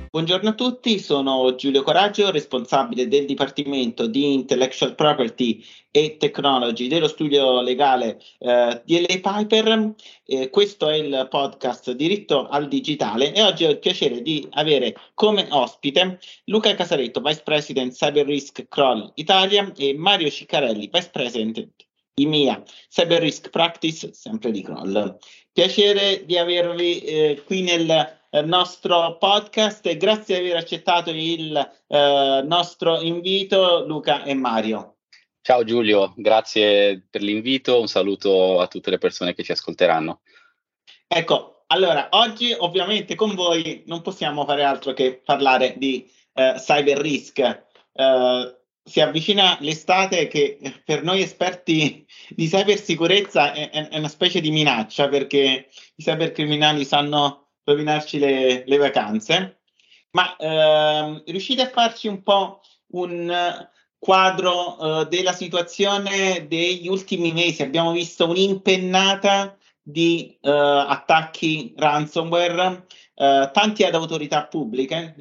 Buongiorno a tutti, sono Giulio Coraggio, responsabile del Dipartimento di Intellectual Property e Technology dello studio legale DLA Piper. Questo è il podcast Diritto al Digitale e oggi ho il piacere di avere come ospite Luca Casaretto, Vice President Cyber Risk Kroll Italia, e Mario Ciccarelli, Vice President IMIA Cyber Risk Practice, sempre di Kroll. Piacere di avervi qui nel nostro podcast e grazie di aver accettato il nostro invito, Luca e Mario. Ciao Giulio, grazie per l'invito, un saluto a tutte le persone che ci ascolteranno. Ecco, allora, oggi ovviamente con voi non possiamo fare altro che parlare di cyber risk. Si avvicina l'estate che per noi esperti di cybersicurezza è una specie di minaccia perché i cybercriminali sanno rovinarci le vacanze, ma riuscite a farci un po' un quadro della situazione degli ultimi mesi? Abbiamo visto un'impennata di attacchi ransomware, tanti ad autorità pubbliche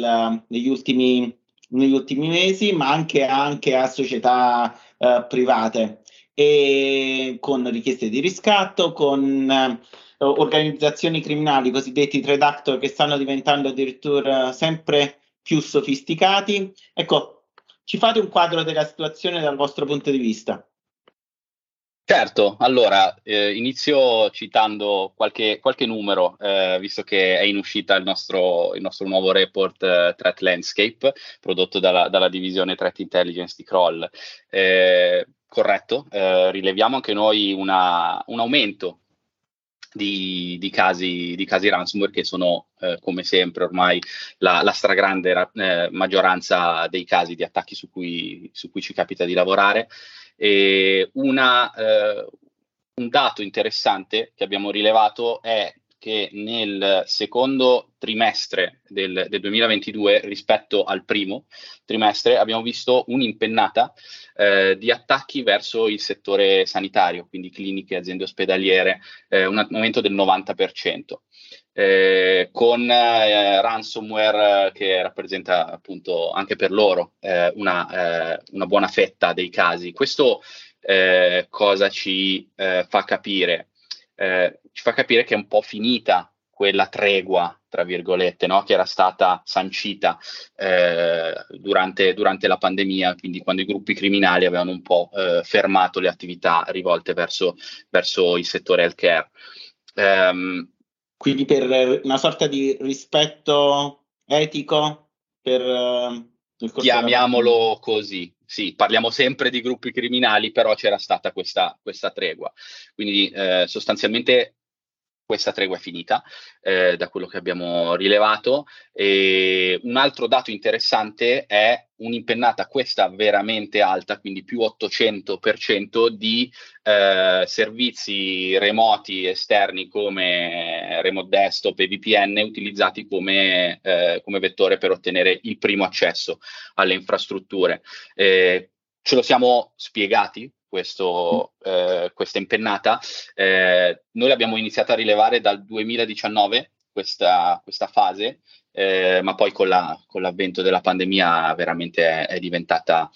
negli ultimi mesi, ma anche a società private, e con richieste di riscatto, con organizzazioni criminali, cosiddetti threat actor, che stanno diventando addirittura sempre più sofisticati. Ecco, ci fate un quadro della situazione dal vostro punto di vista? Certo, allora inizio citando qualche numero, visto che è in uscita il nostro nuovo report Threat Landscape, prodotto dalla divisione Threat Intelligence di Kroll. Corretto, rileviamo anche noi un aumento di casi ransomware che sono, come sempre, ormai la stragrande maggioranza dei casi di attacchi su cui ci capita di lavorare. E un dato interessante che abbiamo rilevato è che nel secondo trimestre del 2022 rispetto al primo trimestre abbiamo visto un'impennata di attacchi verso il settore sanitario, quindi cliniche, aziende ospedaliere, un aumento del 90%. Con ransomware che rappresenta appunto anche per loro una buona fetta dei casi. Questo cosa ci fa capire? Ci fa capire che è un po' finita quella tregua, tra virgolette, no? Che era stata sancita durante la pandemia, quindi quando i gruppi criminali avevano un po' fermato le attività rivolte verso il settore healthcare. Quindi per una sorta di rispetto etico nel corso della pandemia. Chiamiamolo così, sì, parliamo sempre di gruppi criminali, però c'era stata questa tregua. Quindi sostanzialmente questa tregua è finita, da quello che abbiamo rilevato. E un altro dato interessante è un'impennata, questa veramente alta, quindi più 800% di servizi remoti esterni come remote desktop e VPN utilizzati come vettore per ottenere il primo accesso alle infrastrutture. Ce lo siamo spiegati questa impennata. Noi l'abbiamo iniziata a rilevare dal 2019 questa fase, ma poi con l'avvento della pandemia veramente è diventata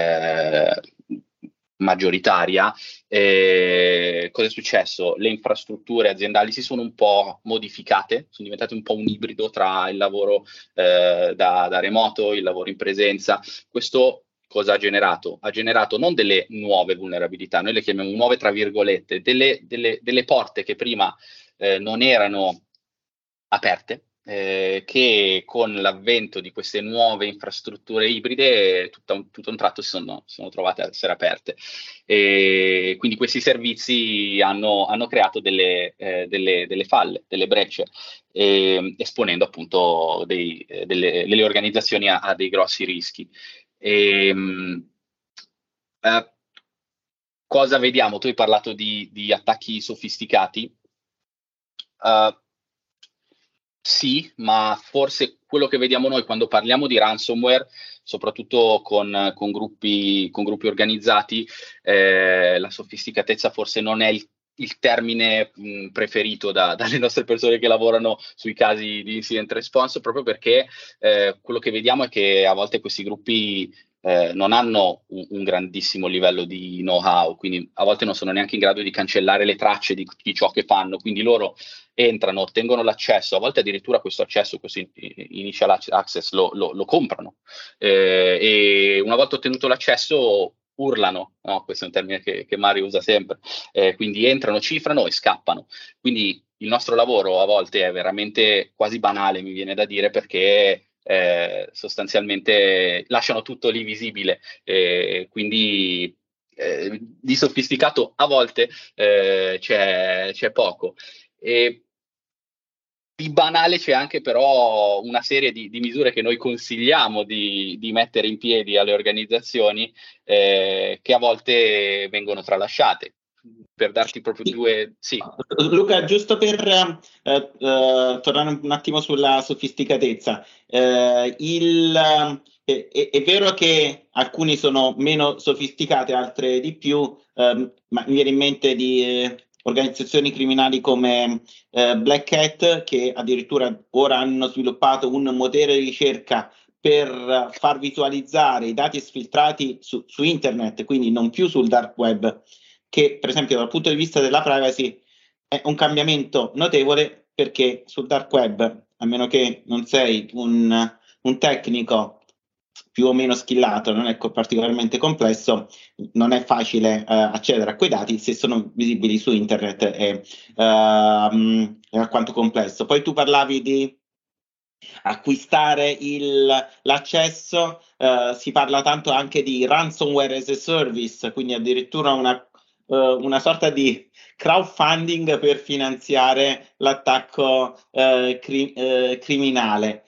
maggioritaria. Cosa è successo? Le infrastrutture aziendali si sono un po' modificate, sono diventate un po' un ibrido tra il lavoro da remoto, il lavoro in presenza. Questo cosa ha generato? Ha generato non delle nuove vulnerabilità, noi le chiamiamo nuove tra virgolette, delle porte che prima non erano aperte, che con l'avvento di queste nuove infrastrutture ibride tutto un tratto si sono trovate ad essere aperte. E quindi questi servizi hanno creato delle falle, delle brecce, esponendo appunto delle organizzazioni a dei grossi rischi. E, cosa vediamo? Tu hai parlato di attacchi sofisticati. Sì, ma forse quello che vediamo noi quando parliamo di ransomware, soprattutto con gruppi organizzati, la sofisticatezza forse non è il termine preferito dalle nostre persone che lavorano sui casi di incident response, proprio perché quello che vediamo è che a volte questi gruppi non hanno un grandissimo livello di know-how, quindi a volte non sono neanche in grado di cancellare le tracce di ciò che fanno, quindi loro entrano, ottengono l'accesso, a volte addirittura questo accesso, questo initial access lo comprano, e una volta ottenuto l'accesso urlano, no? Questo è un termine che Mario usa sempre, quindi entrano, cifrano e scappano. Quindi il nostro lavoro a volte è veramente quasi banale, mi viene da dire, perché sostanzialmente lasciano tutto lì visibile, quindi di sofisticato a volte c'è poco. E di banale c'è anche però una serie di misure che noi consigliamo di mettere in piedi alle organizzazioni, che a volte vengono tralasciate. Per darti proprio due... Sì. Luca, giusto per tornare un attimo sulla sofisticatezza, è vero che alcuni sono meno sofisticate, altre di più, ma mi viene in mente di organizzazioni criminali come Black Hat, che addirittura ora hanno sviluppato un motore di ricerca per far visualizzare i dati esfiltrati su internet, quindi non più sul dark web, che per esempio dal punto di vista della privacy è un cambiamento notevole, perché sul dark web, a meno che non sei un tecnico più o meno skillato, non è particolarmente complesso, non è facile accedere a quei dati se sono visibili su internet, è alquanto complesso. Poi tu parlavi di acquistare l'accesso, si parla tanto anche di ransomware as a service, quindi addirittura una sorta di crowdfunding per finanziare l'attacco criminale.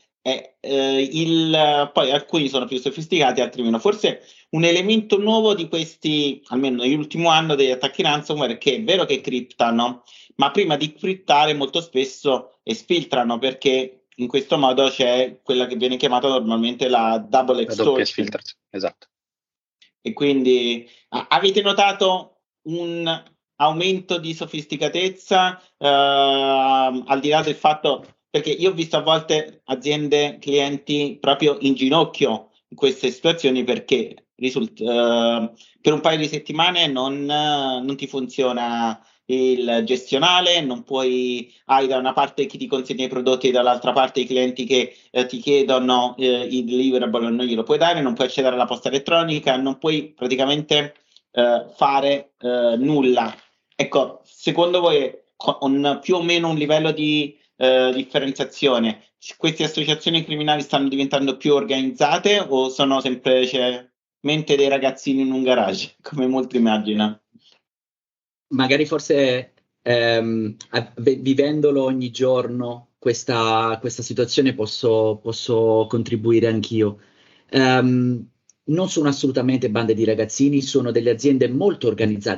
Poi alcuni sono più sofisticati, altri meno. Forse un elemento nuovo di questi, almeno nell'ultimo anno, degli attacchi ransomware, che è vero che criptano, ma prima di criptare molto spesso esfiltrano, perché in questo modo c'è quella che viene chiamata normalmente la double extortion. Esatto. E quindi avete notato un aumento di sofisticatezza, al di là del fatto, perché io ho visto a volte aziende, clienti proprio in ginocchio in queste situazioni, perché per un paio di settimane non ti funziona il gestionale, hai da una parte chi ti consegna i prodotti e dall'altra parte i clienti che ti chiedono il deliverable, non glielo puoi dare, non puoi accedere alla posta elettronica, non puoi praticamente fare nulla. Ecco, secondo voi con più o meno un livello di differenziazione, queste associazioni criminali stanno diventando più organizzate o sono semplicemente dei ragazzini in un garage, come molti immaginano? Magari forse vivendolo ogni giorno questa situazione posso contribuire anch'io. Non sono assolutamente bande di ragazzini, sono delle aziende molto organizzate,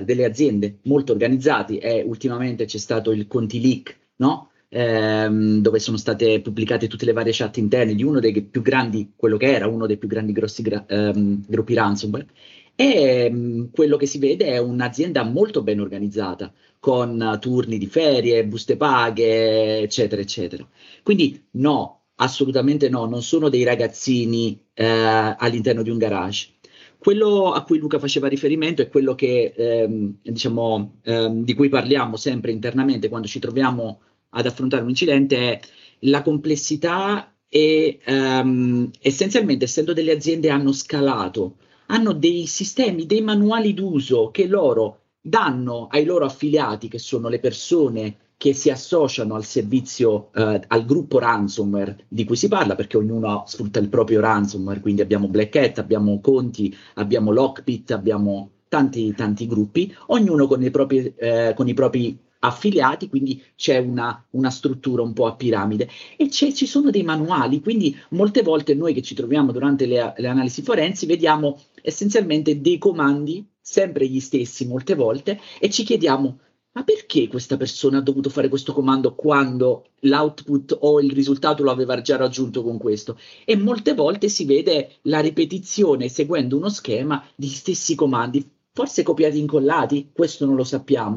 e ultimamente c'è stato il Conti Leak, no? Dove sono state pubblicate tutte le varie chat interne di uno dei più grandi, quello che era uno dei più grandi grossi gruppi ransomware. E quello che si vede è un'azienda molto ben organizzata, con turni di ferie, buste paghe, eccetera, eccetera. Quindi no, assolutamente no, non sono dei ragazzini all'interno di un garage. Quello a cui Luca faceva riferimento è quello che, di cui parliamo sempre internamente quando ci troviamo ad affrontare un incidente, è la complessità e essenzialmente, essendo delle aziende hanno scalato, hanno dei sistemi, dei manuali d'uso che loro danno ai loro affiliati, che sono le persone che si associano al servizio, al gruppo ransomware di cui si parla, perché ognuno sfrutta il proprio ransomware, quindi abbiamo Black Hat, abbiamo Conti, abbiamo Lockbit, abbiamo tanti gruppi, ognuno con i propri affiliati, quindi c'è una struttura un po' a piramide e ci sono dei manuali, quindi molte volte noi che ci troviamo durante le analisi forensi vediamo essenzialmente dei comandi, sempre gli stessi molte volte, e ci chiediamo: ma perché questa persona ha dovuto fare questo comando quando l'output o il risultato lo aveva già raggiunto con questo? E molte volte si vede la ripetizione seguendo uno schema di stessi comandi, forse copiati e incollati, questo non lo sappiamo,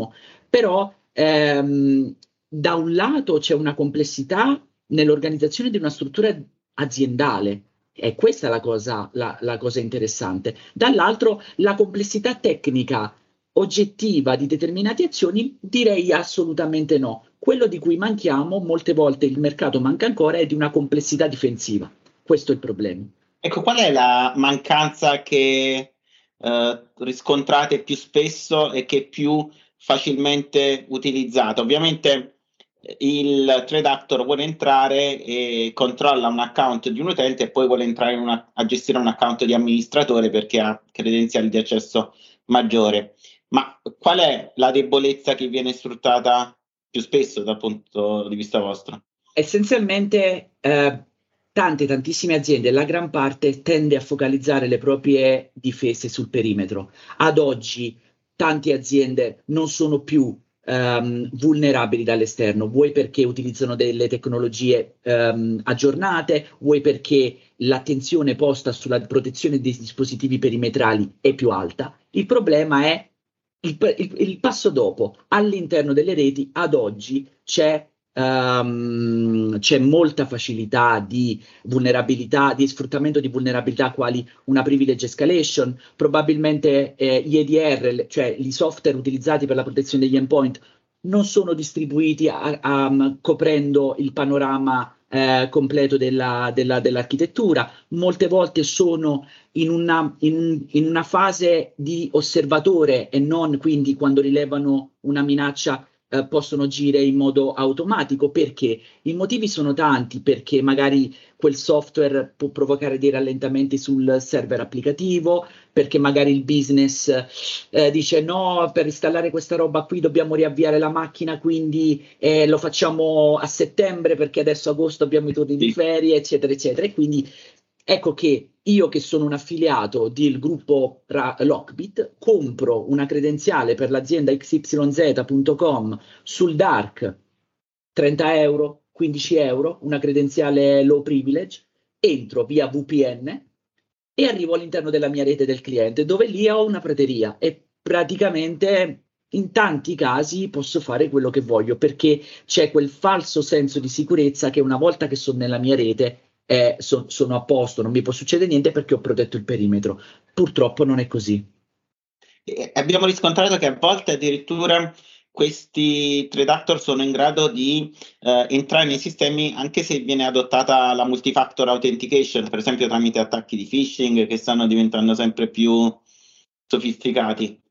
Però da un lato c'è una complessità nell'organizzazione di una struttura aziendale, e questa è la cosa interessante. Dall'altro, la complessità tecnica oggettiva di determinate azioni, direi assolutamente no. Quello di cui manchiamo, molte volte il mercato manca ancora, è di una complessità difensiva. Questo è il problema. Ecco, qual è la mancanza che riscontrate più spesso e che è più facilmente utilizzata? Ovviamente il threat actor vuole entrare e controlla un account di un utente e poi vuole entrare a gestire un account di amministratore perché ha credenziali di accesso maggiore. Ma qual è la debolezza che viene sfruttata più spesso dal punto di vista vostro? Essenzialmente, tantissime aziende, la gran parte tende a focalizzare le proprie difese sul perimetro. Ad oggi, tante aziende non sono più vulnerabili dall'esterno, vuoi perché utilizzano delle tecnologie aggiornate, vuoi perché l'attenzione posta sulla protezione dei dispositivi perimetrali è più alta. Il problema è il passo dopo. All'interno delle reti, ad oggi c'è molta facilità di vulnerabilità, di sfruttamento di vulnerabilità quali una privilege escalation, probabilmente gli EDR, cioè i software utilizzati per la protezione degli endpoint, non sono distribuiti coprendo il panorama completo dell'architettura. Molte volte sono in una fase di osservatore e non quindi quando rilevano una minaccia possono agire in modo automatico. Perché? I motivi sono tanti, perché magari quel software può provocare dei rallentamenti sul server applicativo, perché magari il business dice no, per installare questa roba qui dobbiamo riavviare la macchina, quindi lo facciamo a settembre perché adesso agosto abbiamo i turni di ferie, eccetera, eccetera. E quindi ecco che io, che sono un affiliato del gruppo Lockbit, compro una credenziale per l'azienda xyz.com sul dark, 30 euro, 15 euro, una credenziale low privilege, entro via VPN e arrivo all'interno della mia rete del cliente, dove lì ho una prateria e praticamente in tanti casi posso fare quello che voglio, perché c'è quel falso senso di sicurezza che una volta che sono nella mia rete sono a posto, non mi può succedere niente perché ho protetto il perimetro. Purtroppo non è così. Abbiamo riscontrato che a volte addirittura questi threat actor sono in grado di entrare nei sistemi anche se viene adottata la multifactor authentication, per esempio tramite attacchi di phishing che stanno diventando sempre più sofisticati.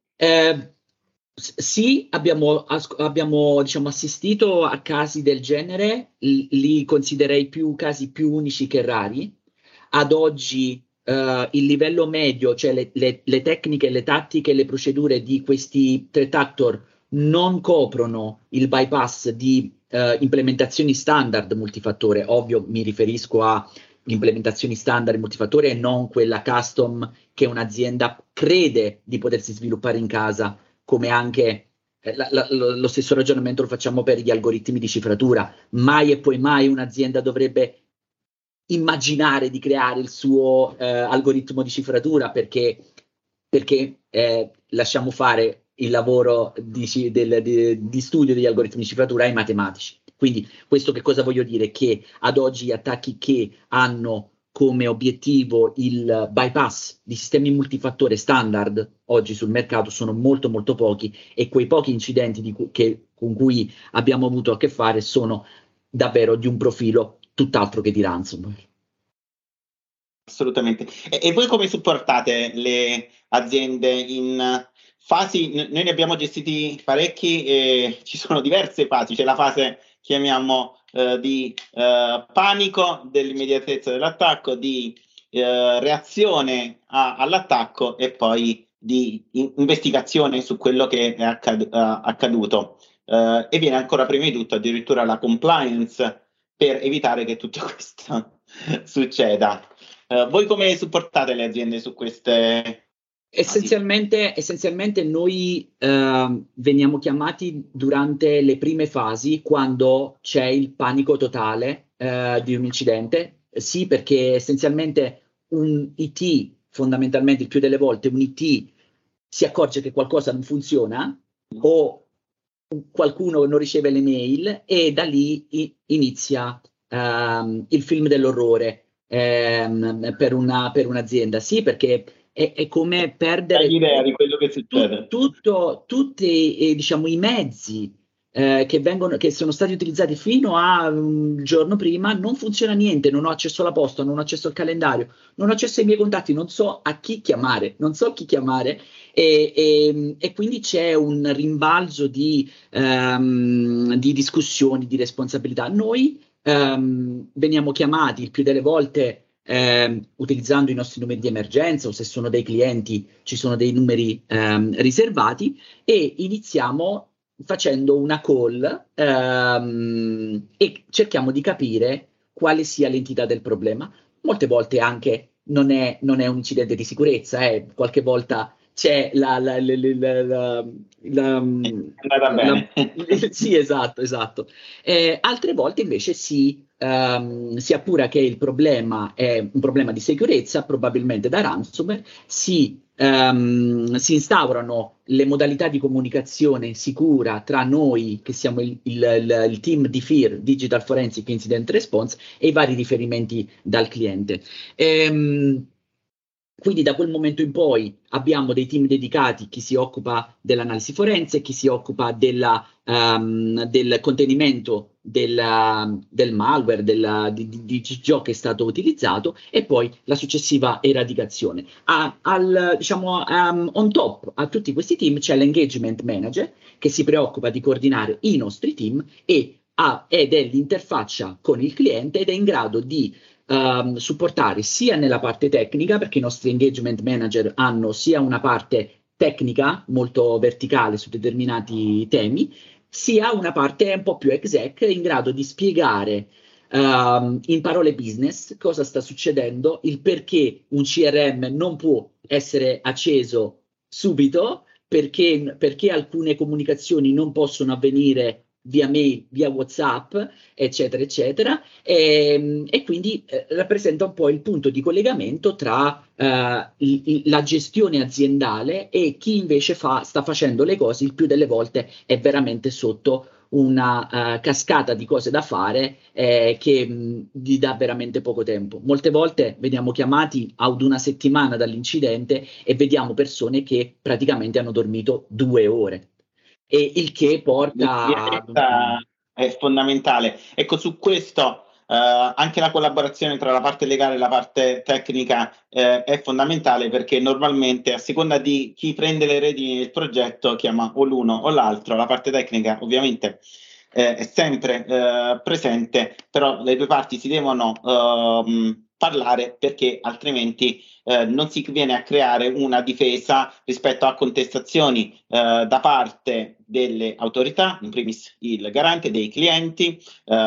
Sì, abbiamo diciamo, assistito a casi del genere, li considerei casi più unici che rari. Ad oggi il livello medio, cioè le tecniche, le tattiche, le procedure di questi threat actor non coprono il bypass di implementazioni standard multifattore. Ovvio, mi riferisco a implementazioni standard multifattore e non quella custom che un'azienda crede di potersi sviluppare in casa, come anche lo stesso ragionamento lo facciamo per gli algoritmi di cifratura. Mai e poi mai un'azienda dovrebbe immaginare di creare il suo algoritmo di cifratura perché lasciamo fare il lavoro di studio degli algoritmi di cifratura ai matematici. Quindi questo che cosa voglio dire? Che ad oggi gli attacchi che hanno come obiettivo il bypass di sistemi multifattore standard oggi sul mercato sono molto molto pochi, e quei pochi incidenti con cui abbiamo avuto a che fare sono davvero di un profilo tutt'altro che di ransomware. Assolutamente. E voi come supportate le aziende in fasi? Noi ne abbiamo gestiti parecchi e ci sono diverse fasi. C'è la fase, chiamiamo, di panico, dell'immediatezza dell'attacco, di reazione all'attacco e poi di investigazione su quello che è accaduto. E viene ancora prima di tutto addirittura la compliance per evitare che tutto questo succeda. Voi come supportate le aziende su queste? Essenzialmente noi veniamo chiamati durante le prime fasi, quando c'è il panico totale di un incidente. Sì, perché essenzialmente un IT, fondamentalmente il più delle volte un IT si accorge che qualcosa non funziona o qualcuno non riceve le mail e da lì inizia il film dell'orrore per un'azienda. Sì, perché è come perdere Hai idea di quello che succede? tutti diciamo, i mezzi che sono stati utilizzati fino a un giorno prima. Non funziona niente, non ho accesso alla posta, non ho accesso al calendario, non ho accesso ai miei contatti, non so a chi chiamare, non so chi chiamare e quindi c'è un rimbalzo di discussioni, di responsabilità. Noi veniamo chiamati il più delle volte utilizzando i nostri numeri di emergenza, o se sono dei clienti ci sono dei numeri riservati, e iniziamo facendo una call e cerchiamo di capire quale sia l'entità del problema. Molte volte anche non è un incidente di sicurezza, qualche volta c'è È andata bene. sì, esatto. Altre volte invece si appura che il problema è un problema di sicurezza, probabilmente da ransomware, si instaurano le modalità di comunicazione sicura tra noi, che siamo il team di FIR, Digital Forensic Incident Response, e i vari riferimenti dal cliente. Quindi da quel momento in poi abbiamo dei team dedicati, chi si occupa dell'analisi forense, chi si occupa del contenimento del malware, di ciò che è stato utilizzato, e poi la successiva eradicazione. Diciamo, on top a tutti questi team c'è l'engagement manager che si preoccupa di coordinare i nostri team ed è l'interfaccia con il cliente ed è in grado di supportare sia nella parte tecnica, perché i nostri engagement manager hanno sia una parte tecnica molto verticale su determinati temi, sia una parte un po' più exec in grado di spiegare in parole business cosa sta succedendo, il perché un CRM non può essere acceso subito, perché alcune comunicazioni non possono avvenire via mail, via WhatsApp, eccetera, eccetera, e quindi rappresenta un po' il punto di collegamento tra la gestione aziendale e chi invece sta facendo le cose. Il più delle volte è veramente sotto una cascata di cose da fare che gli dà veramente poco tempo. Molte volte veniamo chiamati ad una settimana dall'incidente e vediamo persone che praticamente hanno dormito 2 ore. E il che porta è fondamentale. Ecco, su questo anche la collaborazione tra la parte legale e la parte tecnica è fondamentale, perché normalmente a seconda di chi prende le redini del progetto chiama o l'uno o l'altro. La parte tecnica ovviamente è sempre presente, però le due parti si devono parlare, perché altrimenti non si viene a creare una difesa rispetto a contestazioni da parte delle autorità, in primis il garante, dei clienti.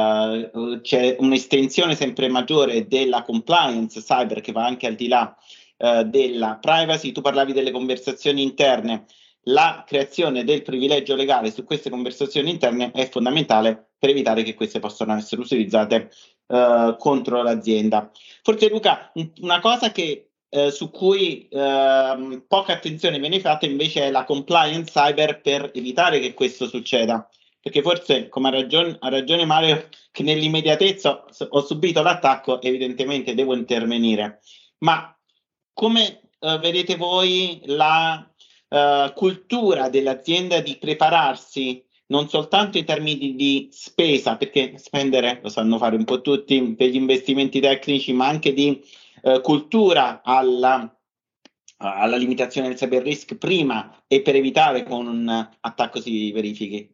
C'è un'estensione sempre maggiore della compliance cyber che va anche al di là della privacy. Tu parlavi delle conversazioni interne. La creazione del privilegio legale su queste conversazioni interne è fondamentale per evitare che queste possano essere utilizzate contro l'azienda. Forse Luca, una cosa su cui poca attenzione viene fatta invece è la compliance cyber, per evitare che questo succeda, perché forse, come ha ragione Mario, che nell'immediatezza ho subito l'attacco, evidentemente devo intervenire. Ma come vedete voi la cultura dell'azienda di prepararsi non soltanto in termini di spesa, perché spendere lo sanno fare un po' tutti per gli investimenti tecnici, ma anche di cultura alla limitazione del cyber risk prima e per evitare che un attacco si verifichi?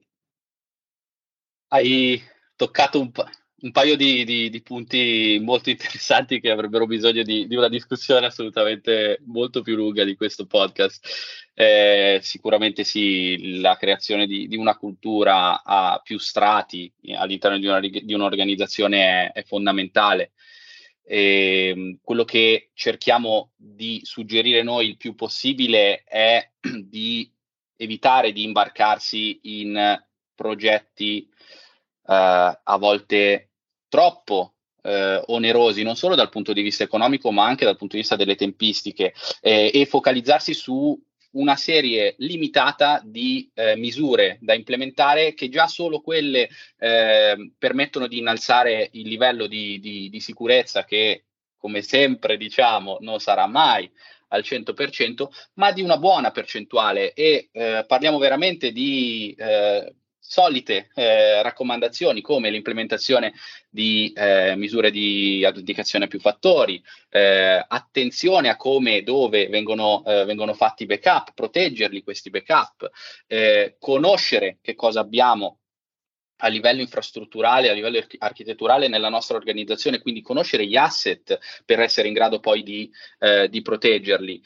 Hai toccato un paio di punti molto interessanti che avrebbero bisogno di una discussione assolutamente molto più lunga di questo podcast. Sicuramente sì, la creazione di una cultura a più strati all'interno di un'organizzazione è fondamentale. Quello che cerchiamo di suggerire noi il più possibile è di evitare di imbarcarsi in progetti a volte troppo onerosi, non solo dal punto di vista economico, ma anche dal punto di vista delle tempistiche, e focalizzarsi su una serie limitata di misure da implementare, che già solo quelle permettono di innalzare il livello di sicurezza, che come sempre diciamo non sarà mai al 100%, ma di una buona percentuale, e parliamo veramente di solite raccomandazioni, come l'implementazione di misure di autenticazione a più fattori, attenzione a come e dove vengono fatti i backup, proteggerli questi backup, conoscere che cosa abbiamo a livello infrastrutturale, a livello architetturale nella nostra organizzazione, quindi conoscere gli asset per essere in grado poi di proteggerli.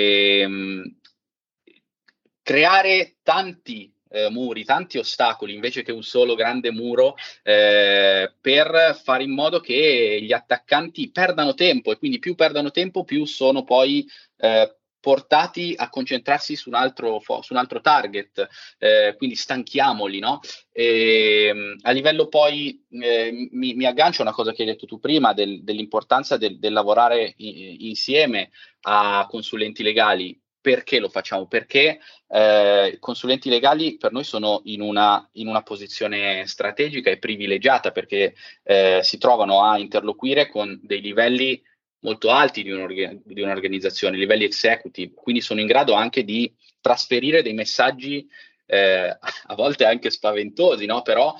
Creare tanti muri, tanti ostacoli, invece che un solo grande muro, per fare in modo che gli attaccanti perdano tempo, e quindi più perdono tempo, più sono poi portati a concentrarsi su un altro target, quindi stanchiamoli, no? A livello poi, mi aggancio a una cosa che hai detto tu prima, dell'importanza del lavorare insieme a consulenti legali. Perché lo facciamo? Perché consulenti legali per noi sono in una posizione strategica e privilegiata, perché si trovano a interloquire con dei livelli molto alti di un'organizzazione, livelli executive, quindi sono in grado anche di trasferire dei messaggi a volte anche spaventosi, no? Però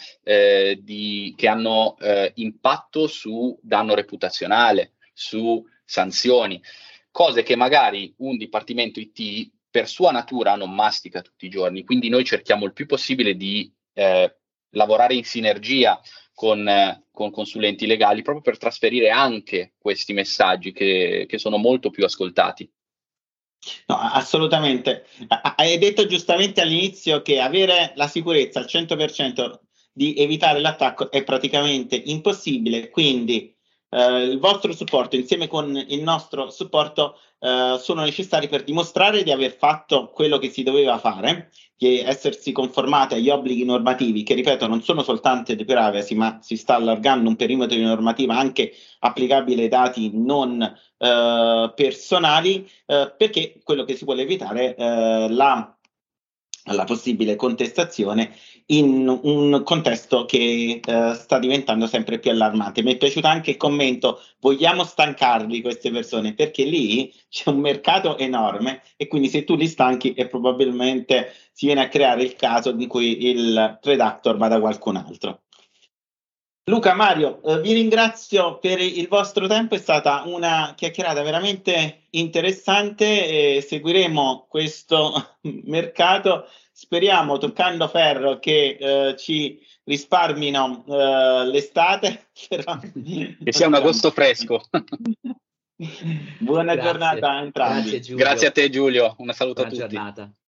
che hanno impatto su danno reputazionale, su sanzioni, cose che magari un dipartimento IT per sua natura non mastica tutti i giorni. Quindi noi cerchiamo il più possibile di lavorare in sinergia con consulenti legali, proprio per trasferire anche questi messaggi che sono molto più ascoltati. No, assolutamente. Hai detto giustamente all'inizio che avere la sicurezza al 100% di evitare l'attacco è praticamente impossibile, quindi il vostro supporto insieme con il nostro supporto sono necessari per dimostrare di aver fatto quello che si doveva fare, di essersi conformati agli obblighi normativi, che ripeto non sono soltanto di privacy, ma si sta allargando un perimetro di normativa anche applicabile ai dati non personali, perché quello che si vuole evitare è la possibile contestazione in un contesto che sta diventando sempre più allarmante. Mi è piaciuto anche il commento: vogliamo stancarli queste persone, perché lì c'è un mercato enorme, e quindi se tu li stanchi e probabilmente si viene a creare il caso in cui il threat actor va da qualcun altro. Luca, Mario, vi ringrazio per il vostro tempo, è stata una chiacchierata veramente interessante, seguiremo questo mercato, speriamo, toccando ferro, che ci risparmino l'estate. Che sia un agosto fresco. Buona giornata a entrambi. Grazie, Giulio. Grazie a te, Giulio, una saluto a tutti. Buona giornata.